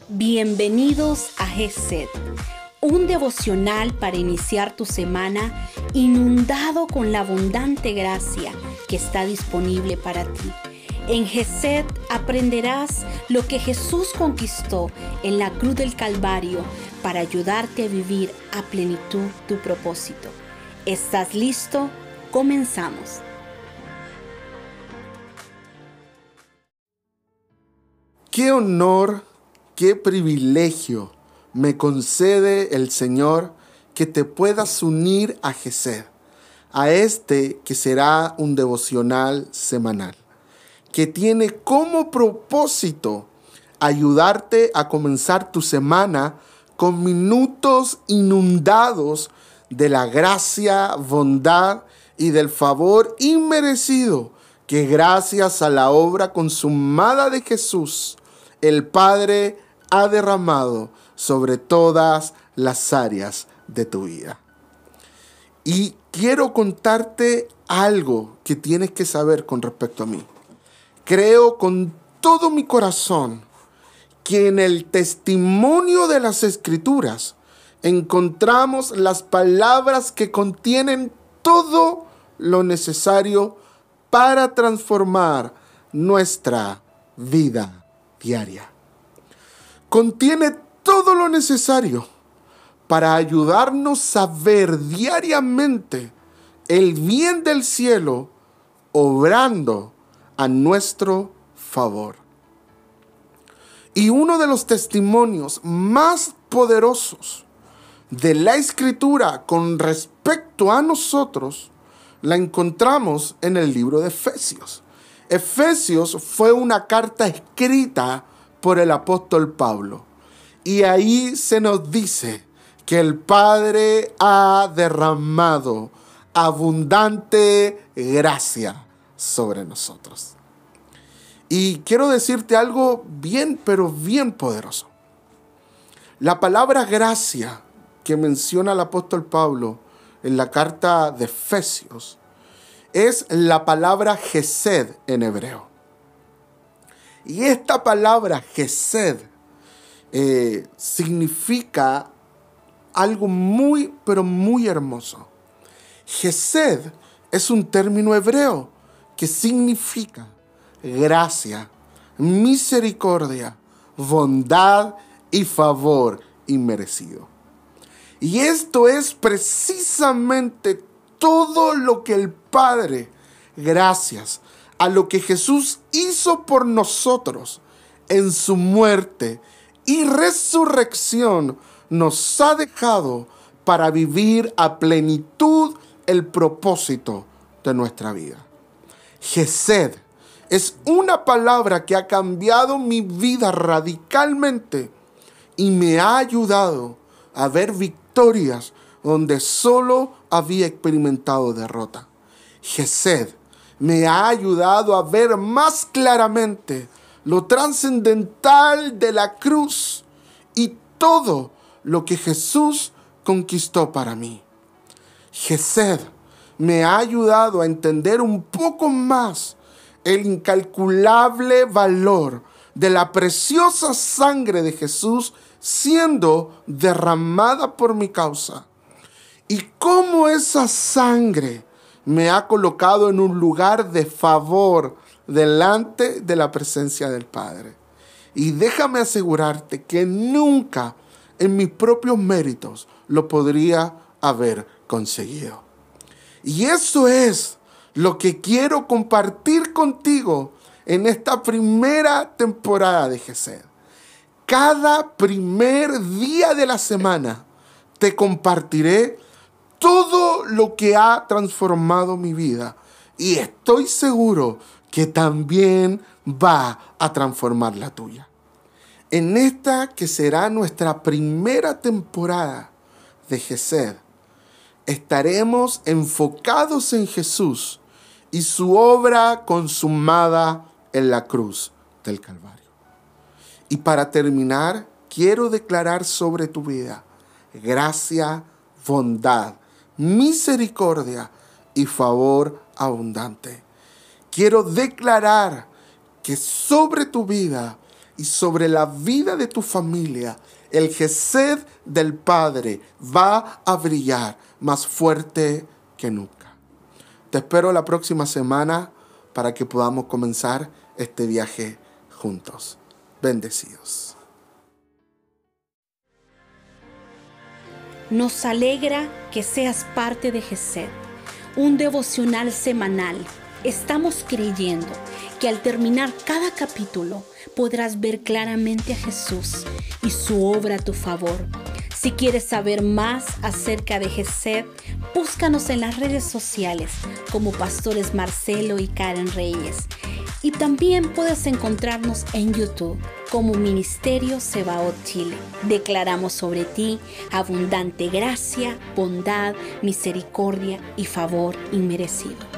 Bienvenidos a GESED, un devocional para iniciar tu semana inundado con la abundante gracia que está disponible para ti. En GESED aprenderás lo que Jesús conquistó en la cruz del Calvario para ayudarte a vivir a plenitud tu propósito. ¿Estás listo? Comenzamos. Qué honor, qué privilegio me concede el Señor que te puedas unir a GESED, a este que será un devocional semanal, que tiene como propósito ayudarte a comenzar tu semana con minutos inundados de la gracia, bondad y del favor inmerecido que gracias a la obra consumada de Jesús, el Padre ha derramado sobre todas las áreas de tu vida. Y quiero contarte algo que tienes que saber con respecto a mí. Creo con todo mi corazón que en el testimonio de las Escrituras encontramos las palabras que contienen todo lo necesario para transformar nuestra vida diaria. Contiene todo lo necesario para ayudarnos a ver diariamente el bien del cielo obrando a nuestro favor. Y uno de los testimonios más poderosos de la Escritura con respecto a nosotros la encontramos en el libro de Efesios. Efesios fue una carta escrita por el apóstol Pablo. Y ahí se nos dice que el Padre ha derramado abundante gracia sobre nosotros. Y quiero decirte algo bien, pero bien poderoso. La palabra gracia que menciona el apóstol Pablo en la carta de Efesios es la palabra GESED en hebreo. Y esta palabra GESED significa algo muy, pero muy hermoso. GESED es un término hebreo que significa gracia, misericordia, bondad y favor inmerecido. Y esto es precisamente todo lo que el Padre, gracias a lo que Jesús hizo por nosotros en su muerte y resurrección, nos ha dejado para vivir a plenitud el propósito de nuestra vida. GESED es una palabra que ha cambiado mi vida radicalmente y me ha ayudado a ver victorias donde solo había experimentado derrota. GESED me ha ayudado a ver más claramente lo trascendental de la cruz y todo lo que Jesús conquistó para mí. GESED me ha ayudado a entender un poco más el incalculable valor de la preciosa sangre de Jesús siendo derramada por mi causa. Y cómo esa sangre me ha colocado en un lugar de favor delante de la presencia del Padre. Y déjame asegurarte que nunca en mis propios méritos lo podría haber conseguido. Y eso es lo que quiero compartir contigo en esta primera temporada de GESED. Cada primer día de la semana te compartiré todo lo que ha transformado mi vida. Y estoy seguro que también va a transformar la tuya. En esta que será nuestra primera temporada de GESED, estaremos enfocados en Jesús y su obra consumada en la cruz del Calvario. Y para terminar, quiero declarar sobre tu vida gracia, bondad, misericordia y favor abundante. Quiero declarar que sobre tu vida y sobre la vida de tu familia, el Gesed del Padre va a brillar más fuerte que nunca. Te espero la próxima semana para que podamos comenzar este viaje juntos. Bendecidos. Nos alegra que seas parte de Gesed, un devocional semanal. Estamos creyendo que al terminar cada capítulo podrás ver claramente a Jesús y su obra a tu favor. Si quieres saber más acerca de Gesed, búscanos en las redes sociales como Pastores Marcelo y Karen Reyes. Y también puedes encontrarnos en YouTube como Ministerio Sebaot Chile. Declaramos sobre ti abundante gracia, bondad, misericordia y favor inmerecido.